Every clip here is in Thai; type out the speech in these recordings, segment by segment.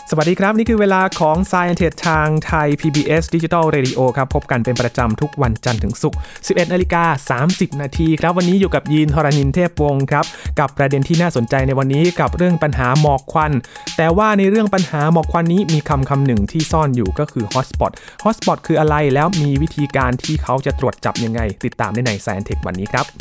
สวัสดีครับนี่คือเวลาของ Science Tech ทางไทย PBS Digital Radio ครับพบกันเป็นประจำทุกวันจันทร์ถึงศุกร์ 11:30 น.ครับวันนี้อยู่กับยีนธรณินทร์เทพวงศ์ครับกับประเด็นที่น่าสนใจในวันนี้กับเรื่องปัญหาหมอกควันแต่ว่าในเรื่องปัญหาหมอกควันนี้มีคำหนึ่งที่ซ่อนอยู่ก็คือ Hotspot Hotspot คืออะไรแล้วมีวิธีการที่เขาจะตรวจจับยังไงติดตามได้ใน Science Tech วันนี้ครับ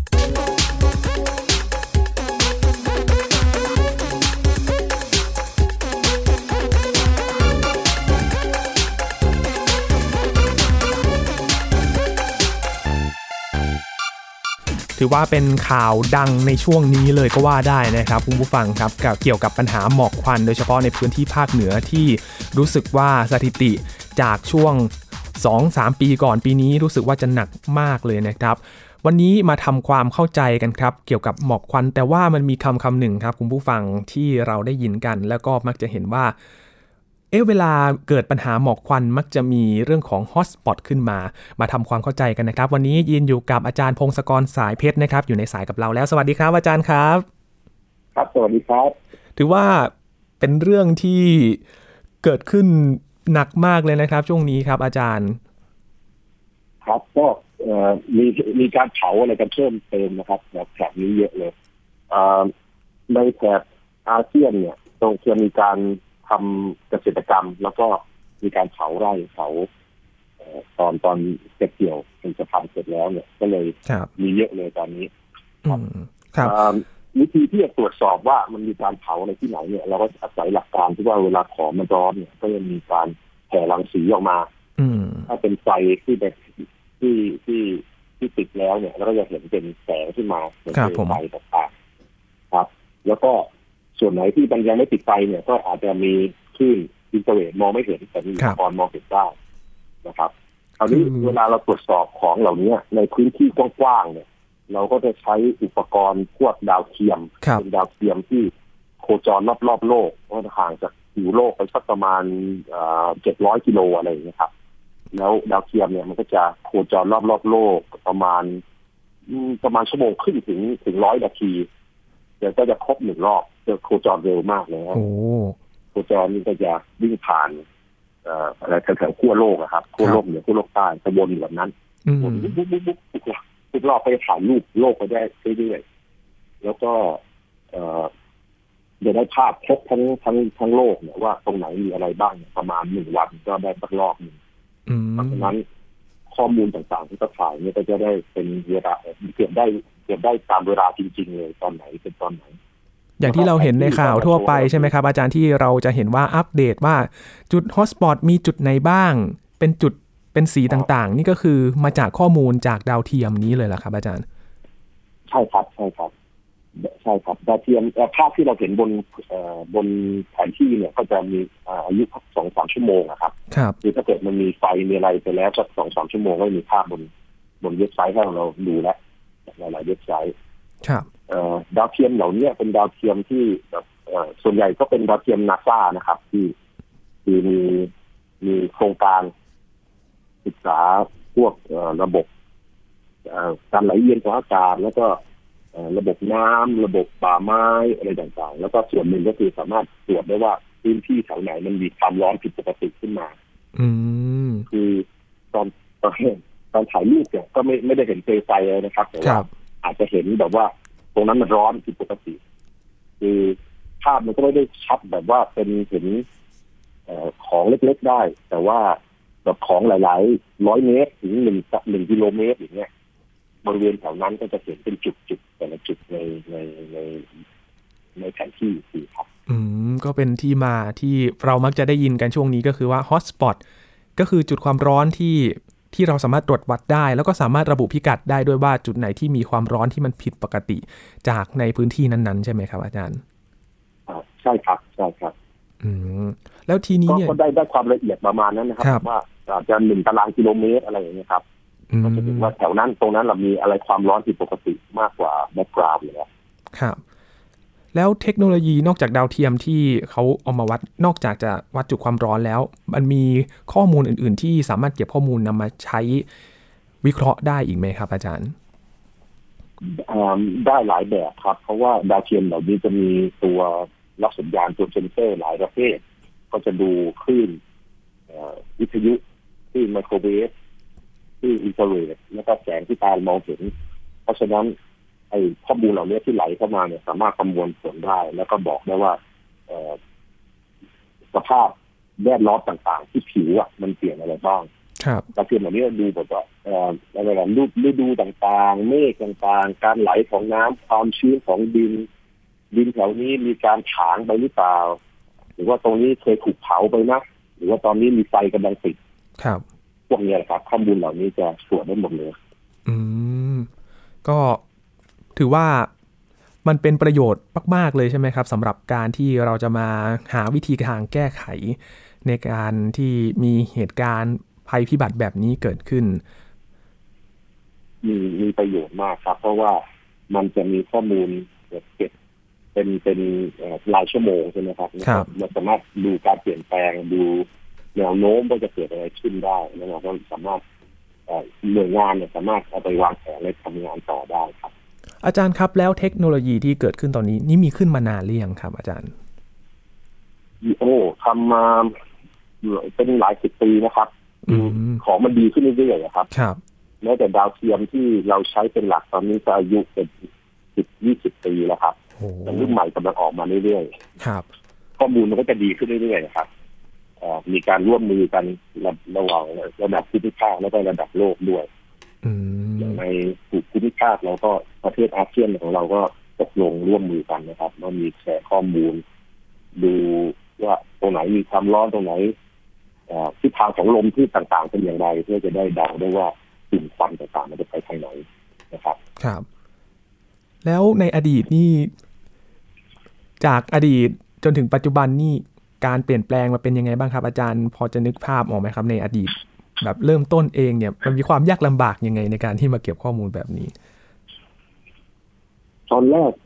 ถือว่าเป็นข่าวดังในช่วงนี้เลยก็ว่าได้นะครับคุณผู้ฟังครับเกี่ยวกับปัญหาหมอกควันโดยเฉพาะในพื้นที่ภาคเหนือที่รู้สึกว่าสถิติจากช่วง 2-3 ปีก่อนปีนี้รู้สึกว่าจะหนักมากเลยนะครับวันนี้มาทำความเข้าใจกันครับเกี่ยวกับหมอกควันแต่ว่ามันมีคำหนึ่งครับคุณผู้ฟังที่เราได้ยินกันแล้วก็มักจะเห็นว่าเวลาเกิดปัญหาหมอกควันมักจะมีเรื่องของ Hotspot ขึ้นมาทำความเข้าใจกันนะครับวันนี้ยินอยู่กับอาจารย์พงศกรสายเพชรนะครับอยู่ในสายกับเราแล้วสวัสดีครับอาจารย์ครับครับสวัสดีครับถือว่าเป็นเรื่องที่เกิดขึ้นหนักมากเลยนะครับช่วงนี้ครับอาจารย์ครับก็มีการเผาอะไรกันเพิ่มเติมนะครับแถบนี้เยอะเลยในแถบอาเซียนเนี่ยจะมีการทำเกษตรกรรมแล้วก็มีการเผาไร่เผาตอนเก็บเกี่ยวเป็นจะทำเสร็จแล้วเนี่ยก็เลยมีเยอะเลยตอนนี้ครับวิธีที่จะตรวจสอบว่ามันมีการเผาอะไรที่ไหนเนี่ยเราก็อาศัยหลักการที่ว่าเวลาของมันร้อนเนี่ยก็จะมีการแผ่รังสีออกมาถ้าเป็นไฟที่แบบที่ติดแล้วเนี่ยเราก็จะเห็นเป็นแสงขึ้นมาเป็นไฟต่างๆครับแล้วก็ส่วนไหนที่มันยังไม่ติดไฟเนี่ยก็อาจจะมีคลื่นอินฟราเรดมองไม่เห็นแต่มีอุปกรณ์มองเห็นได้นะครับคราวนี้เวลาเราตรวจสอบของเหล่านี้ในพื้นที่กว้างๆเนี่ยเราก็จะใช้อุปกรณ์พวกดาวเทียมเป็นดาวเทียมที่โคจรรอบโลกก็ห่างจากผิวโลกไปสักประมาณ700 กิโลอะไรอย่างเงี้ยครับแล้วดาวเทียมเนี่ยมันก็จะโคจรรอบโลกประมาณชั่วโมงครึ่งถึง100 นาทีเดี๋ยวก็จะครบ1 รอบจะโคจรเร็วมากเลยครับโคจรนี่ก็จะวิ่งผ่านอะไรแถวขั้วโลกครับขั้วโลกเหนือขั้วโลกใต้จะวนอยู่แบบนั้นวนทุกรอบไปถ่ายรูปโลกไปได้เรื่อยๆแล้วก็จะได้ภาพครบทั้งโลกเนี่ยว่าตรงไหนมีอะไรบ้างประมาณ1 วันก็ได้สักรอบนึงเพราะฉะนั้นข้อมูลต่างๆที่เขาถ่ายเนี่ยก็จะได้เป็นเวลาเก็บได้ตามเวลาจริงๆเลยตอนไหนเป็นตอนไหนอย่างที่เราเห็นในข่าวทั่วไปใช่ไหมครับอาจารย์ที่เราจะเห็นว่าอัปเดตว่าจุด Hotspot มีจุดไหนบ้างเป็นจุดเป็นสีต่างๆนี่ก็คือมาจากข้อมูลจากดาวเทียมนี้เลยเหรอครับอาจารย์ใช่ครับดาวเทียมภาพที่เราเห็นบนแผนที่เนี่ยก็จะมีอายุ 2-3 ชั่วโมงนะครับคือถ้าเกิดมันมีไฟมีอะไรไปแล้วสัก 2-3 ชั่วโมงก็มีภาพบนเว็บไซต์ให้เราดูแล้วหลายๆเว็บไซต์ครับดาวเทียมเหล่านี้เป็นดาวเทียมที่ส่วนใหญ่ก็เป็นดาวเทียม NASA นะครับที่มีโครงการศึกษาพวกระบบการไหลเวียนของอากาศแล้วก็ระบบน้ำระบบป่าไม้อะไรต่างๆแล้วก็ส่วนหนึ่งก็คือสามารถตรวจได้ว่าพื้นที่แถวไหนมันมีความร้อนผิดปกติขึ้นมาคือตอนถ่ายรูปเนี่ยก็ไม่ได้เห็นเปลวไฟเลยนะครับแต่ว่าอาจจะเห็นแบบว่าตรงนั้นมันร้อนผิดปกติคือภาพมันก็ไม่ได้ชัดแบบว่าเป็นเห็นของเล็กๆได้แต่ว่าแบบของหลายๆ100 เมตรถึง1 กิโลเมตรอย่างเงี้ยบริเวณแถวนั้นก็จะเห็นเป็นจุดๆแต่ละจุดในแผนที่คือครับก็เป็นที่มาที่เรามักจะได้ยินกันช่วงนี้ก็คือว่า Hotspot ก็คือจุดความร้อนที่เราสามารถตรวจวัดได้แล้วก็สามารถระบุพิกัดได้ด้วยว่าจุดไหนที่มีความร้อนที่มันผิดปกติจากในพื้นที่นั้นๆใช่ไหมครับอาจารย์ใช่ครับแล้วทีนี้เนี่ยก็ได้ความละเอียดประมาณนั้นนะครับว่าอาจจะ1 ตารางกิโลเมตรอะไรอย่างเงี้ยครับก็จะเห็นว่าแถวนั้นตรงนั้นเรามีอะไรความร้อนผิดปกติมากกว่าแบ็คกราวด์เลยครับแล้วเทคโนโลยีนอกจากดาวเทียมที่เขาเอามาวัดนอกจากจะวัดจุดความร้อนแล้วมันมีข้อมูลอื่นๆที่สามารถเก็บข้อมูลนำมาใช้วิเคราะห์ได้อีกไหมครับอาจารย์ได้หลายแบบครับเพราะว่าดาวเทียมเหล่านี้จะมีตัวรับสัญญาณตัวเซนเซอร์หลายประเภทก็จะดูคลื่นวิทยุคลื่นไมโครเวฟคลื่นอินฟราเรดแล้วก็แสงที่ตามองเห็นเพราะฉะนั้นไอ้ข้อมูลเหล่านี้ที่ไหลเข้ามาเนี่ยสามารถคำนวณผลได้แล้วก็บอกได้ว่าสภาพแวดล้อมต่างๆที่ผิวมันเปลี่ยนอะไรบ้างดาวเทียมเหล่านี้ดูแบบว่าอะไรนะฤดูต่างๆเมฆต่างๆการไหลของน้ำความชื้นของดินแถวนี้มีการถางไปหรือเปล่าหรือว่าตรงนี้เคยถูกเผาไปนะหรือว่าตอนนี้มีไฟกำลังติดพวกนี้แหละครับข้อมูลเหล่านี้จะตรวจได้หมดเลยก็ถือว่ามันเป็นประโยชน์มากๆเลยใช่ไหมครับสำหรับการที่เราจะมาหาวิธีทางแก้ไขในการที่มีเหตุการณ์ภัยพิบัติแบบนี้เกิดขึ้นมีประโยชน์มากครับเพราะว่ามันจะมีข้อมูลเก็บเป็นรายชั่วโมงใช่ไหมครับเราสามารถดูการเปลี่ยนแปลงดูแนวโน้มว่าจะเกิดอะไรขึ้นได้แล้วเราก็สามารถหน่วยงานเนี่ยสามารถเอาไปวางแผนและทำงานต่อได้ครับอาจารย์ครับแล้วเทคโนโลยีที่เกิดขึ้นตอนนี้นี่มีขึ้นมานานหรือยังครับอาจารย์ทำมาเป็นหลายสิบปีนะครับของมันดีขึ้นเรื่อยๆครับแม้แต่ดาวเทียมที่เราใช้เป็นหลักตอนนี้ก็อายุเป็น10-20 ปีแล้วครับแต่รุ่นใหม่กำลังออกมาเรื่อยๆข้อมูลมันก็จะดีขึ้นเรื่อยๆนะครับมีการร่วมมือกันระหว่างระดับภูมิภาคแล้วก็ระดับโลกด้วยอย่างในภูมิภาคเราก็ประเทศอาเซียนของเราก็ตกลงร่วมมือกันนะครับว่ามีแชร์ข้อมูลดูว่าตรงไหนมีความร้อนตรงไหนทิศทางของลมที่ต่างๆเป็นอย่างไรเพื่อจะได้เดาได้ว่าสิ่งควันต่างๆมันจะไปทางไหนนะครับครับแล้วในอดีตนี่จากอดีตจนถึงปัจจุบันนี่การเปลี่ยนแปลงมาเป็นยังไงบ้างครับอาจารย์พอจะนึกภาพออกไหมครับในอดีตแบบเริ่มต้นเองเนี่ยมันมีความยากลำบากยังไงในการที่มาเก็บข้อมูลแบบนี้ตอนแรก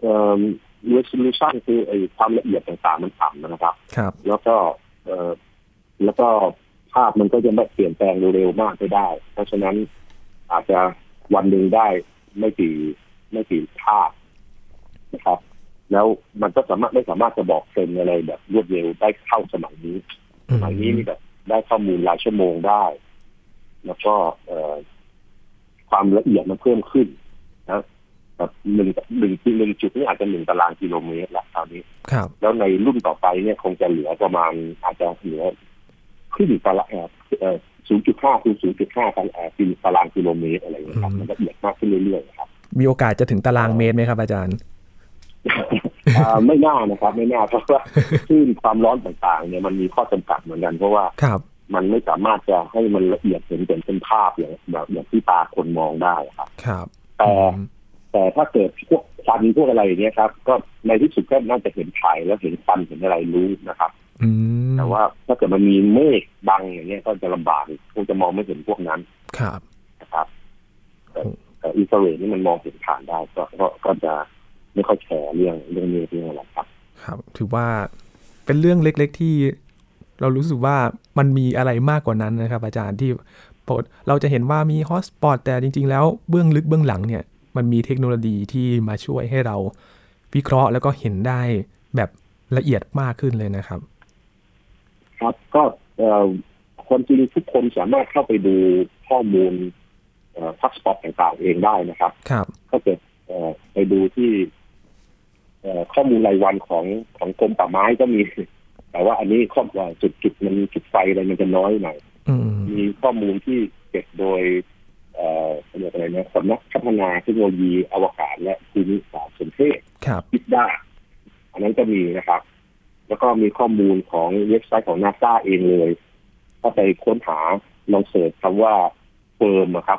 resolution คือไอ้ความละเอียดต่างๆมันต่ำนะครับแล้วก็ภาพมันก็จะไม่เปลี่ยนแปลงเร็วๆมากไม่ได้เพราะฉะนั้นอาจจะวันหนึ่งได้ไม่กี่ภาพนะครับแล้วมันก็ไม่สามารถจะบอกเทรนด์อะไรแบบรวดเร็วได้เท่าสมัยนี้นี่แบบได้ข้อมูลรายชั่วโมงได้แล้วก็ความละเอียดมันเพิ่มขึ้นนะแบบหนึ่งจุดนี่อาจจะ1 ตารางกิโลเมตรละตอนนี้แล้วในรุ่นต่อไปเนี่ยคงจะเหลือประมาณอาจจะเหลือขึ้นตาราง0.5 คูณ 0.5 ตารางกิโลเมตรอะไรอย่างเงี้ยครับมันละเอียดมากขึ้นเรื่อยๆครับมีโอกาสจะถึงตารางเมตรไหมครับอาจารย์ไม่น่านะครับไม่น่าเพราะว่าคลื่นความร้อนต่างๆเนี่ยมันมีข้อจำกัดเหมือนกันเพราะว่ามันไม่สามารถจะให้มันละเอียดเห็นเป็นภาพอย่างที่ตาคนมองได้ครับแต่ถ้าเกิดพวกควันพวกอะไรอย่างเงี้ยครับก็ในที่สุดก็น่าจะเห็นไฟแล้วเห็นควันเห็นอะไรรู้นะครับแต่ว่าถ้าเกิดมันมีเมฆบังอย่างเงี้ยก็จะลำบากคงจะมองไม่เห็นพวกนั้นนะครับแต่อินฟราเรดนี่มันมองเห็นผ่านได้ก็จะไม่ค่อยแชร์เรื่องนี้เรื่องอะไรครับถือว่าเป็นเรื่องเล็กๆที่เรารู้สึกว่ามันมีอะไรมากกว่านั้นนะครับอาจารย์ที่เราจะเห็นว่ามีฮอตสปอตแต่จริงๆแล้วเบื้องลึกเบื้องหลังเนี่ยมันมีเทคโนโลยีที่มาช่วยให้เราวิเคราะห์แล้วก็เห็นได้แบบละเอียดมากขึ้นเลยนะครับครับก็คนจริงทุกคนสามารถเข้าไปดูข้อมูลฮอตสปอตต่างๆเองได้นะครับถ้าเกิดไปดูที่ข้อมูลรายวันของกรมป่าไม้ก็มีแต่ว่าอันนี้จุดมันจุดไฟอะไรมันจะน้อยหน่อยมีข้อมูลที่เก็บโดยเรียกอะไรนะสำนักพัฒนาเทคโนโลยีอวกาศและภูมิศาสตร์สนเทศอิดด้าอันนั้นก็มีนะครับแล้วก็มีข้อมูลของเว็บไซต์ของ NASA เองเลยถ้าไปค้นหาลองเสิร์ชคำว่าเฟิร์มครับ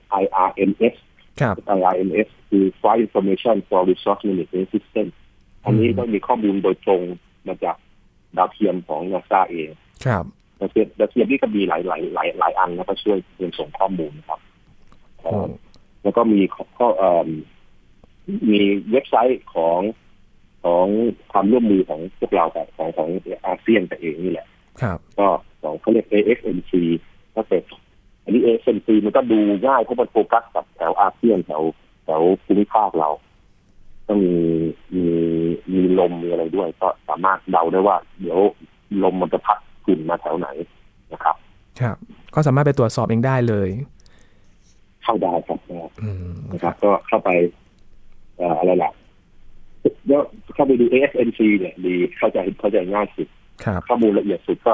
FIRMS คือ Flight Information for Resource Management System อันนี้ก็มีข้อมูลโดยตรงมาจากดาวเทียมของ NASA เองดาวเทียมนี่ก็มีหลายอันแล้วก็ช่วยส่งข้อมูลครับแล้วก็มีเว็บไซต์ของความร่วมมือของพวกเราแต่ของอาเซียนแต่เองนี่แหละก็เขาเรียก ASMC ก็เป็นอันนี้ ASMC มันก็ดูง่ายเพราะมันโฟกัสกับแถวอาเซียนแถวภูมิภาคเราก็มีลมมีอะไรด้วยก็สามารถเดาได้ว่าเดี๋ยวลมมันจะพัดฝุ่นมาแถวไหนนะครับครับก็สามารถไปตรวจสอบเองได้เลยเข้าได้ครับนะครับก็เข้าไปอะไรล่ะแล้วเข้าไปดู ASNC เนี่ยดีเข้าใจง่ายสุดข้อมูลละเอียดสุดก็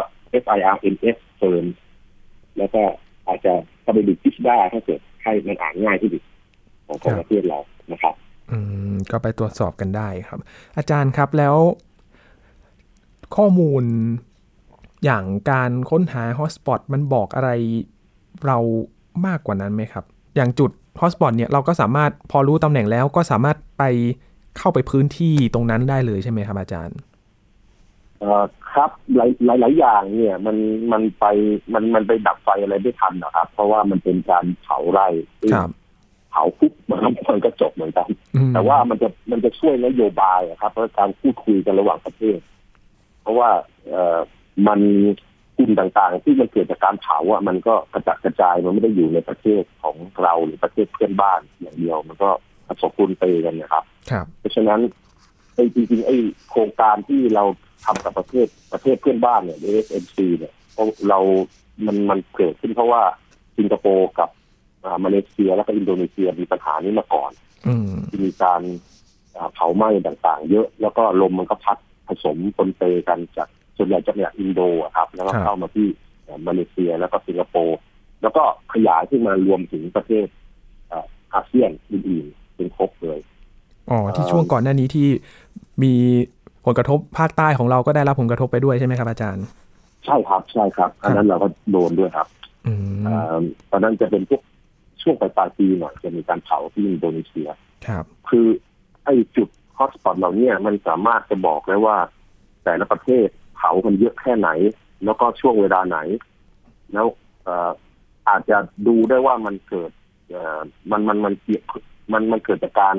FIRMS Firm แล้วก็อาจจะเข้าไปดูPISDAถ้าเกิดให้มันอ่านง่ายที่สุดของประเทศเรานะครับก็ไปตรวจสอบกันได้ครับอาจารย์ครับแล้วข้อมูลอย่างการค้นหาฮอตสปอตมันบอกอะไรเรามากกว่านั้นไหมครับอย่างจุดฮอตสปอตเนี่ยเราก็สามารถพอรู้ตำแหน่งแล้วก็สามารถไปเข้าไปพื้นที่ตรงนั้นได้เลยใช่ไหมครับอาจารย์ครับหลายอย่างเนี่ยมันไปดับไฟอะไรไม่ทันนะครับเพราะว่ามันเป็นการเผาไร่เผาปุ๊บมันก็จบเหมือนกันแต่ว่ามันจะช่วยนโยบายครับเพราะการพูดคุยกันระหว่างประเทศเพราะว่ามันกลุ่มต่างๆที่มันเกิดจากการเผาอ่ะมันก็กระจัดกระจายมันไม่ได้อยู่ในประเทศของเราหรือประเทศเพื่อนบ้านอย่างเดียวมันก็ผสมปนเปกันนะครับเพราะฉะนั้นจริงๆไอ้โครงการที่เราทำกับประเทศเพื่อนบ้านเนี่ย ASNC เนี่ยมันเกิดขึ้นเพราะว่าสิงคโปร์กับมาเลเซียแล้วก็อินโดนีเซียมีปัญหานี้มาก่อนที่มีการเผาไหม้ต่างๆเยอะแล้วก็ลมมันก็พัดผสมปนเปกันจากส่วนใหญ่จะเนี่ยอินโดครับแล้วก็เข้ามาที่มาเลเซียแล้วก็สิงคโปร์แล้วก็ขยายขึ้นมารวมถึงประเทศอาเซียนอื่นๆเป็นครบเลยที่ช่วงก่อนหน้านี้ที่มีผลกระทบภาคใต้ของเราก็ได้รับผลกระทบไปด้วยใช่ไหมครับอาจารย์ใช่ครับอันนั้นเราก็โดนด้วยครับตอนนั้นจะเป็นพวกช่วงปลายปีหน่อยจะมีการเผาที่อินโดนีเซียคือไอ้จุดฮอตสปอตเหล่านี้มันสามารถจะบอกได้ว่าแต่ละประเทศเผากันเยอะแค่ไหนแล้วก็ช่วงเวลาไหนแล้วอาจจะดูได้ว่ามันเกิดมันเกี่ยวมันเกิดจากการ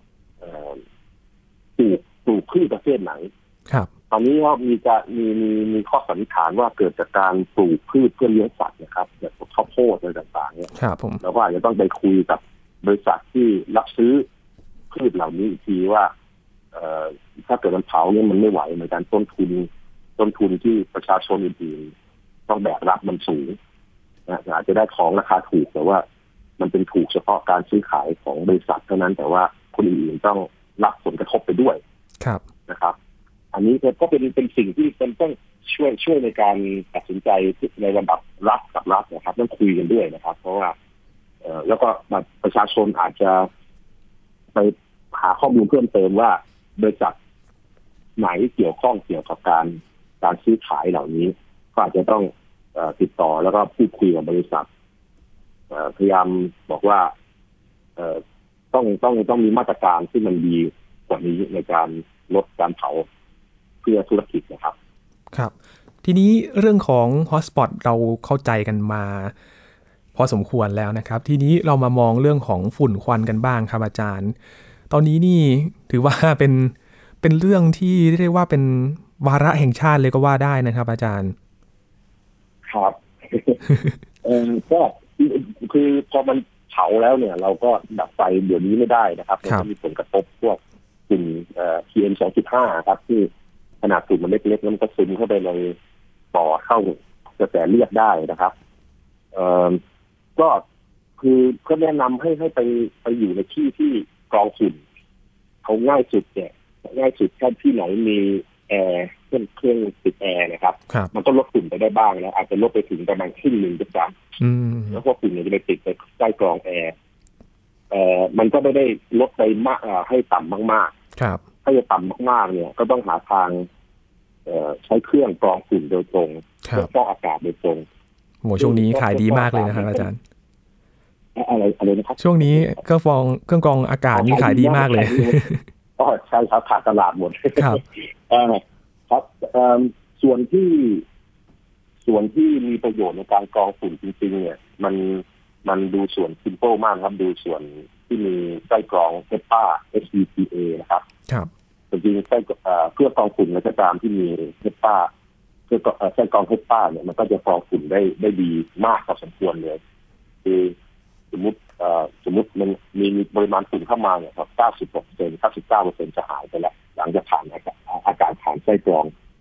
ปลูกพืชประเภทไหนตอนนี้ว่ามีข้อสันนิษฐานว่าเกิดจากการปลูกพืชเพื่อเลี้ยงสัตว์นะครับแบบข้าวโพดอะไรต่างๆเนี่ยแล้วก็อาจจะต้องไปคุยกับบริษัทที่รับซื้อพืชเหล่านี้อีกทีว่าถ้าเกิดมันเผาเนี่ยมันไม่ไหวเหมือนกันต้นทุนที่ประชาชนอื่นๆต้องแบกรับมันสูงนะอาจจะได้ของราคาถูกแต่ว่ามันเป็นถูกเฉพาะการซื้อขายของบริษัทเท่านั้นแต่ว่าคนอื่นต้องรับผลกระทบไปด้วยนะครับอันนี้ก็เป็นสิ่งที่เป็นต้องช่วยในการตัดสินใจในระดับรัฐกับรัฐนะครับต้องคุยกันด้วยนะครับเพราะว่าแล้วก็ประชาชนอาจจะไปหาข้อมูลเพิ่มเติมว่าบริษัทไหนเกี่ยวข้องเกี่ยวกับการซื้อขายเหล่านี้ก็อาจจะต้องติดต่อแล้วก็พูดคุยกับบริษัทพยายามบอกว่าต้องมีมาตรการที่มันดีกว่านี้ในการลดการเผาเพื่อธุรกิจนะครับครับทีนี้เรื่องของฮอตสปอตเราเข้าใจกันมาพอสมควรแล้วนะครับทีนี้เรามามองเรื่องของฝุ่นควันกันบ้างครับอาจารย์ตอนนี้นี่ถือว่าเป็นเรื่องที่เรียกว่าเป็นวาระแห่งชาติเลยก็ว่าได้นะครับอาจารย์ครับก็คือพอมันเผาแล้วเนี่ยเราก็ดับไฟเดี๋ยวนี้ไม่ได้นะครับมันจะมีผลกระทบพวกฝุ่นPM 2.5 ครับที่ขนาดฝุ่นมันเล็กๆแล้วมันก็ซึมเข้าไปในปอดเข้ากระแสเลือดได้นะครับก็คือก็แนะนำให้ไปอยู่ในที่กรองฝุ่นเขาง่ายสุดแค่ที่ไหนมีแอร์เครื่องติดแอร์นะครับมันก็ลดฝุ่นไปได้บ้างแล้วอาจจะลดไปถึงประมาณครึ่งนึงด้วยซ้ำแล้วพวกฝุ่นเนี่ยจะไปติดไปใกล้กรองแอร์มันก็ไม่ได้ลดไปมากให้ต่ำมากๆถ้าจะต่ำมากๆเนี่ยก็ต้องหาทางใช้เครื่องกรองฝุ่นโดยตรงเครื่องฟอกอากาศโดยตรงโหช่วงนี้ขายดีมากเลยนะครับอาจารย์อะไรนะครับช่วงนี้เครื่องกรองอากาศนี่ขายดีมากเลยใช่ครับขาดตลาดหมดครับครับส่วนที่มีประโยชน์ในการกรองฝุ่นจริงๆเนี่ยมันดูส่วนซิมเปิลมากครับดูส่วนที่มีไส้กรอง HEPA นะครับจริงๆไส้เครื่องกรองฝุ่นและตามที่มี HEPA ไส้กรอง HEPA เนี่ยมันก็จะกรองฝุ่นได้ดีมากพอสมควรเลยคือสมมติมันมีปริมาณฝุ่นเข้ามาเนี่ยครับ 90% 99% จะหายไปแล้วหลังจากผ่านอากาศผ่านไส้กรอง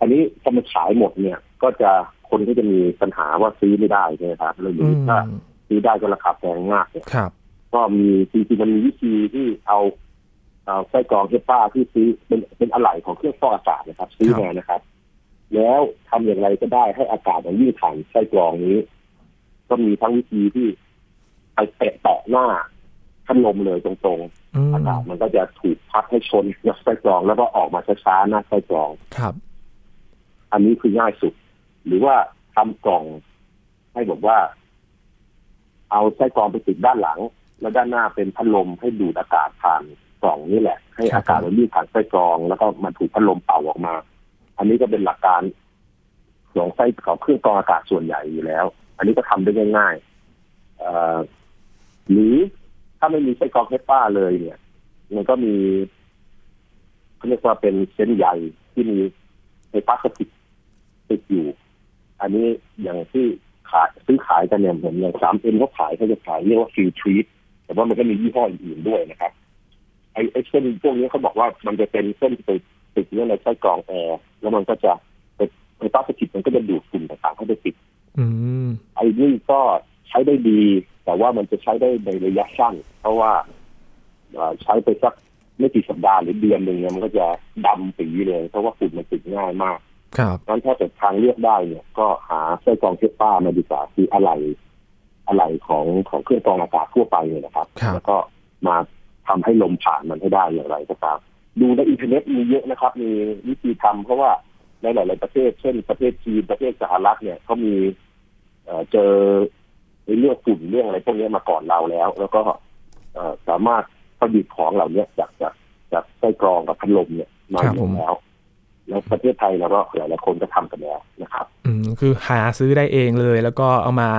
อันนี้ถ้ามันขายหมดเนี่ยก็จะคนก็จะมีปัญหาว่าซื้อไม่ได้ใช่ไหมครับหรือถ้าซื้อได้ก็ราคาแพงมากเนี่ยก็มีจริงๆมันมีวิธีที่เอาไส้กรองเฮปป้าที่ซื้อเป็นอะไหล่ของเครื่องฟอกอากาศนะครับซื้อมานะครับแล้วทำอย่างไรก็ได้ให้อากาศมันวิ่งผ่านไส้กรองนี้ก็มีทั้งวิธีที่ไปแตะหน้าพัดลมเลยตรงๆอากาศมันก็จะถูกพัดให้ชนกับไส้กรองแล้วก็ออกมาช้าๆหน้าไส้กรองครับอันนี้คือง่ายสุดหรือว่าทำกล่องให้บอกว่าเอาไส้กรองไปติดด้านหลังแล้วด้านหน้าเป็นพัดลมให้ดูดอากาศผ่านกล่องนี่แหละให้อากาศมันวิ่งผ่านไส้กรองแล้วก็มันถูกพัดลมเป่าออกมาอันนี้ก็เป็นหลักการของไส้ของเครื่องกรองอากาศส่วนใหญ่อยู่แล้วอันนี้ก็ทำได้ง่ายๆหรือถ้าไม่มีไส้กรองเฮปป้าเลยเนี่ยมันก็มีเขาเรียกว่าเป็นเส้นใยที่มีในพลาสติกติดอยู่อันนี้อย่างที่ซื้อขายกันเนี่ยผมอย่าง 3M เขาจะขายเรียกว่าฟิลทรีตแต่ว่ามันก็มียี่ห้ออื่นๆด้วยนะครับไอ้เส้นพวกนี้เขาบอกว่ามันจะเป็นเส้นติดเนี่ยในไส้กรองแอร์แล้วมันก็จะในพลาสติกมันก็จะดูดฝุ่นต่างๆเข้าไปติดไอ้นี่ก็ใช้ได้ดีแต่ว่ามันจะใช้ได้ในระยะสั้นเพราะว่าใช้ไปสักไม่กี่สัปดาห์หรือเดือนหนึ่งเนี่ยมันก็จะดำปีเลยเพราะว่าฝุ่นมันติดง่ายมากงั้นถ้าเกิดทางเลือกได้เนี่ยก็หาไส้กรองเฮปป้ามาดีกว่าคืออะไหล่ของเครื่องกรองอากาศทั่วไปเนี่ยนะครับแล้วก็มาทำให้ลมผ่านมันให้ได้อย่างไรก็ตามดูในอินเทอร์เน็ตมีเยอะนะครับมีวิธีทำเพราะว่าในหลายๆประเทศเช่นประเทศจีนประเทศสหรัฐเนี่ยเขามีเจอเรื่องฝุ่นเรื่องอะไรพวกนี้มาก่อนเราแล้วก็สามารถผลิตของเหล่านี้จากไส้กรองกับพัดลมเนี่ยมาอยู่แล้วประเทศไทยเราก็หลายๆคนก็ทำกันแล้วนะครับคือหาซื้อได้เองเลยแล้วก็เอามา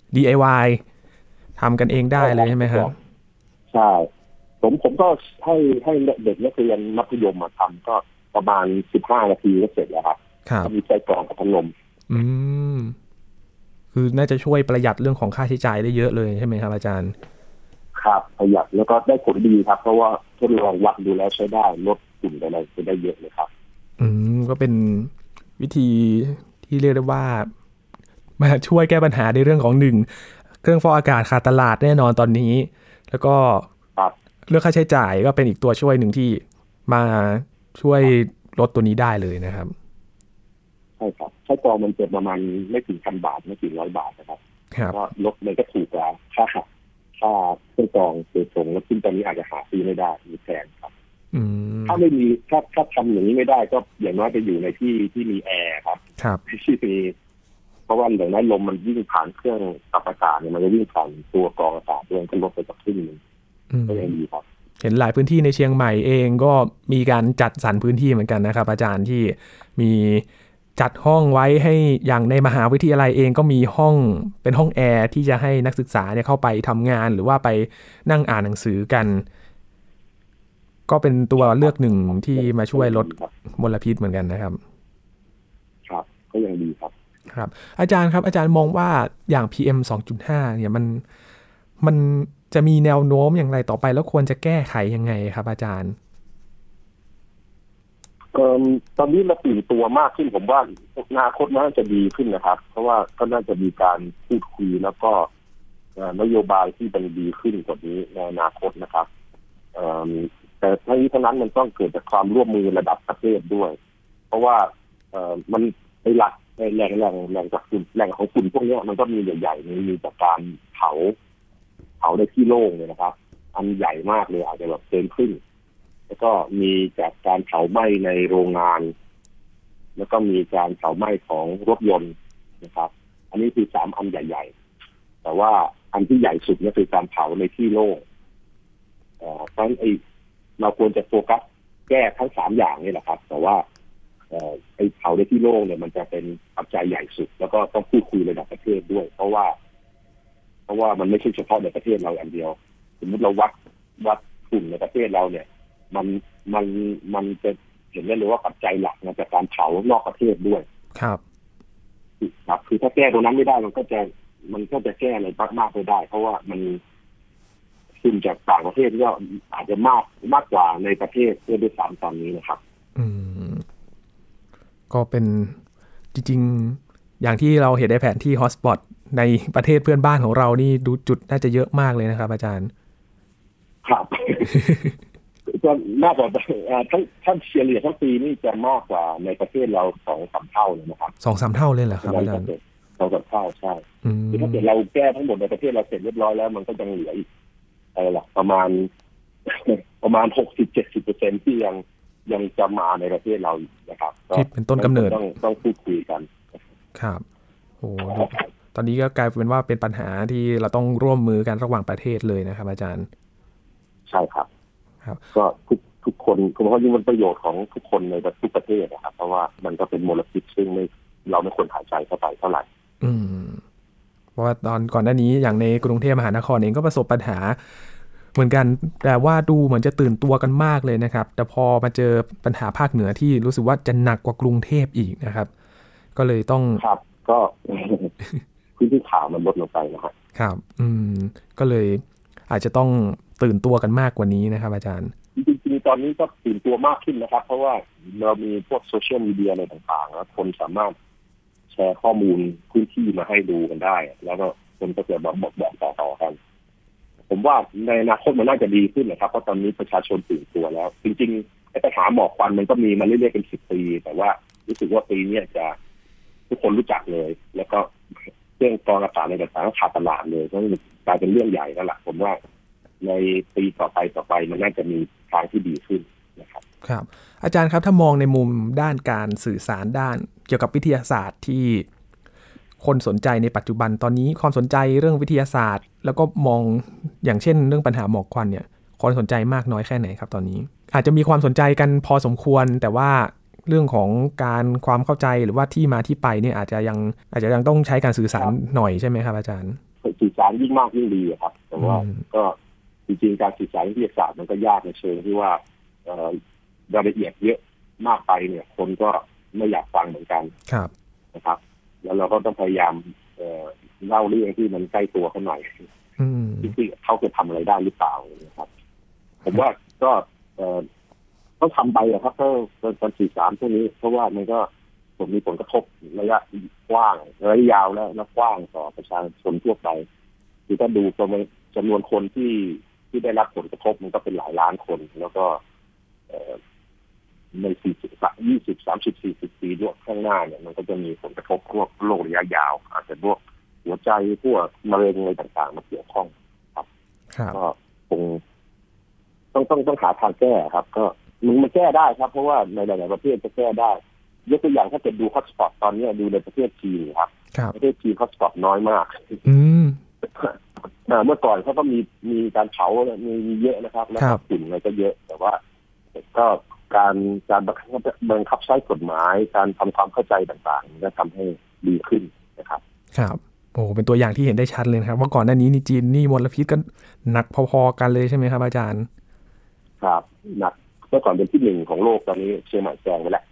DIY ทำกันเองได้เลยใช่ไหมครับใช่ผมก็ให้เด็กนักเรียนมัธยมมาทำก็ประมาณ15 นาทีก็เสร็จแล้วครับก็มีไส้กรองกับพัดลมคือน่าจะช่วยประหยัดเรื่องของค่าใช้จ่ายได้เยอะเลยใช่ไหมครับอาจารย์ครับประหยัดแล้วก็ได้ผลดีครับเพราะว่าทดลองวัดดูแล้วใช้ได้ลดฝุ่นอะไรไปได้เยอะเลยครับก็เป็นวิธีที่เรียกได้ว่ามาช่วยแก้ปัญหาในเรื่องของ1เครื่องฟอกอากาศขาดตลาดแน่นอนตอนนี้แล้วก็เรื่องค่าใช้จ่ายก็เป็นอีกตัวช่วยหนึ่งที่มาช่วยลดตัวนี้ได้เลยนะครับใช่ครับไส้กรองมันเจ็บประมาณไม่ถึง1,000 บาทไม่ถึง100 บาทนะครับก็ลดเลยก็ถูกกว่าค่าเครื่องกรองโดยตรงแล้วซึ่งตอนนี้อาจจะหาซื้อไม่ได้มีแพงครับถ้าไม่มีถ้าทำอย่างนี้ไม่ได้ก็อย่างน้อยจะอยู่ในที่มีแอร์ครับที่มีเพราะว่าอย่างนั้นลมมันวิ่งผ่านเครื่องปรับอากาศเนี่ยมันจะวิ่งผ่านตัวกรองอากาศด้วยก็ลดไปสักครึ่งนึงก็ยังดีครับเห็นหลายพื้นที่ในเชียงใหม่เองก็มีการจัดสรรพื้นที่เหมือนกันนะครับอาจารย์ที่มีจัดห้องไว้ให้อย่างในมหาวิทยาลัยเองก็มีห้องเป็นห้องแอร์ที่จะให้นักศึกษาเนี่ยเข้าไปทำงานหรือว่าไปนั่งอ่านหนังสือกันก็เป็นตัวเลือกหนึ่งที่มาช่วยลดมลพิษเหมือนกันนะครับครับก็ยังดีครับครับอาจารย์ครับอาจารย์มองว่าอย่าง PM 2.5 เนี่ยมันจะมีแนวโน้มอย่างไรต่อไปแล้วควรจะแก้ไขยังไงครับอาจารย์ตอนนี้เราตื่นตัวมากขึ้นผมว่าอนาคตน่าจะดีขึ้นนะครับเพราะว่าก็น่าจะมีการพูดคุยแล้วก็นโยบายที่มันดีขึ้นกว่านี้ในอนาคตนะครับแต่ทั้งนี้ทั้งนั้นมันต้องเกิดจากความร่วมมือระดับประเทศด้วยเพราะว่ามันในหลักในแหล่งจากฝุ่นแหล่งของฝุ่นพวกนี้มันก็มีใหญ่ๆมีจากการเผาในที่โล่งเลยนะครับอันใหญ่มากเลยอาจจะแบบเกินครึ่งแล้วก็มีจากการเผาไหม้ในโรงงานแล้วก็มีการเผาไหม้ของรถยนต์นะครับอันนี้คือ3 อันใหญ่ๆแต่ว่าอันที่ใหญ่สุดก็คือการเผาในที่โล่งเพราะฉะนั้นเราควรจะโฟกัสแก้ทั้ง3 อย่างนี่แหละครับแต่ว่าเผาในที่โล่งเนี่ยมันจะเป็นปัจจัยใหญ่สุดแล้วก็ต้องพูดคุยระดับประเทศด้วยเพราะว่ามันไม่ใช่เฉพาะในประเทศเราอันเดียวสมมติเราวัดฝุ่นในประเทศเราเนี่ยมันจะเห็นได้เลยว่าปัจจัยหลักมาจากการเผานอกประเทศด้วยครับคือถ้าแก้ตรงนั้นไม่ได้มันก็จะแก้อะไรมากไม่ได้เพราะว่ามันฝุ่นจากต่างประเทศก็อาจจะมากกว่าในประเทศด้วยซ้ำตอนนี้นะครับก็เป็นจริงๆอย่างที่เราเห็นในแผนที่ฮอตสปอตในประเทศเพื่อนบ้านของเรานี่ดูจุดน่าจะเยอะมากเลยนะครับอาจารย์ครับ ก็มากกว่าทั้งเฉลี่ยทั้งปีนี่จะมากกว่าในประเทศเรา 2-3 เท่าเลยนะครับ 2-3 เท่าเลยเหรอครับอาจารย์ 2-3 เท่าใช่ถ้าเกิดเราแก้ทั้งหมดในประเทศเราเสร็จเรียบร้อยแล้วมันก็ยังเหลืออีกประมาณ 60-70% ที่ยังจะมาในประเทศเรานะครับที่เป็นต้นกำเนิดต้องพูดคุยกันครับโอ้ตอนนี้ก็กลายเป็นว่าเป็นปัญหาที่เราต้องร่วมมือกันระหว่างประเทศเลยนะครับอาจารย์ใช่ครับก็ทุกคนเพราะว่านี่มันประโยชน์ของทุกคนในทุกประเทศนะครับเพราะว่ามันก็เป็นมลพิษซึ่งเราไม่ควรหายใจเข้าไปเท่าไหร่เพราะว่าตอนก่อนหน้านี้อย่างในกรุงเทพมหานครเองก็ประสบปัญหาเหมือนกันแต่ว่าดูเหมือนจะตื่นตัวกันมากเลยนะครับแต่พอมาเจอปัญหาภาคเหนือที่รู้สึกว่าจะหนักกว่ากรุงเทพอีกนะครับก็เลยต้องครับก็พื้นที่ข่าวมันลดลงไปนะครับก็เลยอาจจะต้องตื่นตัวกันมากกว่านี้นะครับอาจารย์จริงๆตอนนี้ก็ตื่นตัวมากขึ้นนะครับเพราะว่าเรามีพวกโซเชียลมีเดียอะไรต่างๆแล้วคนสามารถแชร์ข้อมูลพื้นที่มาให้ดูกันได้แล้วก็คนก็จะบอกต่อกันผมว่าในอนาคตมันน่าจะดีขึ้นนะครับเพราะตอนนี้ประชาชนตื่นตัวแล้วจริงๆปัญหาหมอกควันมันก็มีมาเรื่อยๆเป็น10 ปีแต่ว่ารู้สึกว่าปีนี้จะทุกคนรู้จักเลยแล้วก็เรื่องกรองอากาศในต่างๆก็ขาดตลาดเลยก็กลายเป็นเรื่องใหญ่แล้วล่ะผมว่าในปีต่อไปมันน่าจะมีทางที่ดีขึ้นนะครับครับอาจารย์ครับถ้ามองในมุมด้านการสื่อสารด้านเกี่ยวกับวิทยาศาสตร์ที่คนสนใจในปัจจุบันตอนนี้ความสนใจเรื่องวิทยาศาสตร์แล้วก็มองอย่างเช่นเรื่องปัญหาหมอกควันเนี่ยคนสนใจมากน้อยแค่ไหนครับตอนนี้อาจจะมีความสนใจกันพอสมควรแต่ว่าเรื่องของการความเข้าใจหรือว่าที่มาที่ไปเนี่ยอาจจะยังต้องใช้การสื่อสารหน่อยใช่ไหมครับอาจารย์สื่อสารยิ่งมากยิ่งดีครับแต่ว่าก็จริงๆการสื่อสารวิทยาศาสตร์มันก็ยากในเชิงที่ว่ารายละเอียดเยอะมากไปเนี่ยคนก็ไม่อยากฟังเหมือนกันนะครับแล้วเราก็ต้องพยายามเล่าเรื่องที่มันใกล้ตัวเขาหน่อยที่เขาจะทำอะไรได้หรือเปล่านะครับผมว่าก็ต้องทำไปครับเพื่อการสื่อสารพวกนี้เพราะว่ามันก็มีผลกระทบระยะกว้างระยะยาวและกว้างต่อประชาชนทั่วไปคือถ้าดูจำนวนคนที่ได้รับผลกระทบมันก็เป็นหลายล้านคนแล้วก็ใน20 30 40 ปีด้วยข้างหน้าเนี่ยมันก็จะมีผลกระทบพวกโรคระยะยาวอาจจะพวกหัวใจพวกมะเร็งอะไรต่างๆมาเกี่ยวข้องครับก็คงต้องหาทางแก้ครับก็มันแก้ได้ครับเพราะว่าในหลายๆประเทศจะแก้ได้ยกตัวอย่างถ้าเกิดดูฮอตสปอตตอนนี้ดูในประเทศจีนครับประเทศจีนฮอตสปอตน้อยมากเมื่อก่อนเขาก็มีการเผามีเยอะนะครับแล้วก็ฝุ่นอะไรก็เยอะแต่ว่าก็การบังคับใช้กฎหมายการทำความเข้าใจต่างๆก็ทำให้ดีขึ้นนะครับครับโอ้เป็นตัวอย่างที่เห็นได้ชัดเลยครับว่าก่อนหน้านี้นี่จีนนี่มลพิษก็หนักพอๆกันเลยใช่ไหมครับอาจารย์ครับหนักเมื่อก่อนเป็นที่1ของโลกตอนนี้เชียงใหม่แซงไปแล้ว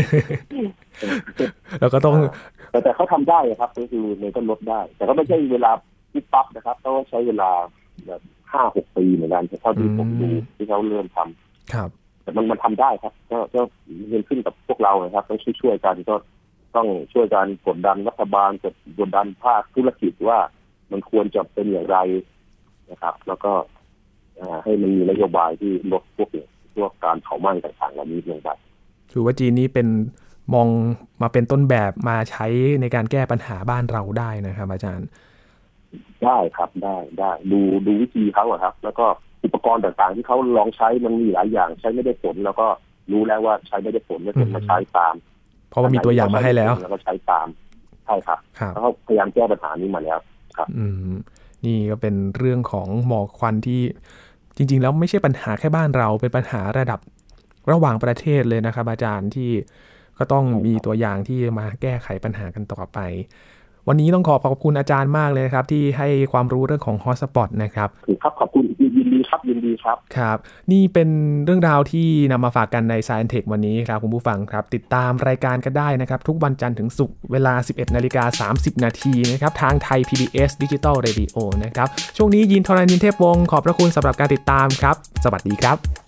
แล้วก็ต้องแต่เขาทำได้ครับก็คือมันก็ลดได้แต่ก็ไม่ใช่เวลาที่ปั๊บนะครับต้องใช้เวลา5-6 ปีเหมือนกันเท่าที่ผมดูที่เขาเริ่มทำครับแต่มันทำได้ครับก็เงินขึ้นกับพวกเรานะครับต้องช่วยกันก็ต้องช่วยกันกดดันรัฐบาลกดดันภาคธุรกิจว่ามันควรจะเป็นอย่างไรนะครับแล้วก็ให้มันมีนโยบายที่ลดพวกการเผาไหม้ต่างๆเหล่านี้ลงไปถือว่าจีนนี้เป็นมองมาเป็นต้นแบบมาใช้ในการแก้ปัญหาบ้านเราได้นะครับอาจารย์ได้ครับได้ดูวิธีเขาครับ แล้วก็อุปกรณ์ต่างๆที่เขาลองใช้มันมีหลายอย่างใช้ไม่ได้ผลแล้วก็รู้แล้วว่าใช้ไม่ได้ผลไม่ควรมาใช้ตามเพราะว่ามีตัวอย่างมาให้แล้วแล้วก็ใช้ตามใช่ครับเขาพยายามแก้ปัญหานี้มาแล้วครับนี่ก็เป็นเรื่องของหมอกควันที่จริงๆแล้วไม่ใช่ปัญหาแค่บ้านเราเป็นปัญหาระดับระหว่างประเทศเลยนะครับอาจารย์ที่ก็ต้องมีตัวอย่างที่มาแก้ไขปัญหากันต่อไปวันนี้ต้องขอบคุณอาจารย์มากเลยครับที่ให้ความรู้เรื่องของฮอตสปอตนะครับขอบคุณยินดีครับครับนี่เป็นเรื่องราวที่นำมาฝากกันใน Science Tech วันนี้ครับคุณผู้ฟังครับติดตามรายการกันได้นะครับทุกวันจันทร์ถึงศุกร์เวลา 11:30 น.นะครับทางไทย PBS Digital Radio นะครับช่วงนี้ยินทรณินเทพวงศ์ขอบพระคุณสำหรับการติดตามครับสวัสดีครับ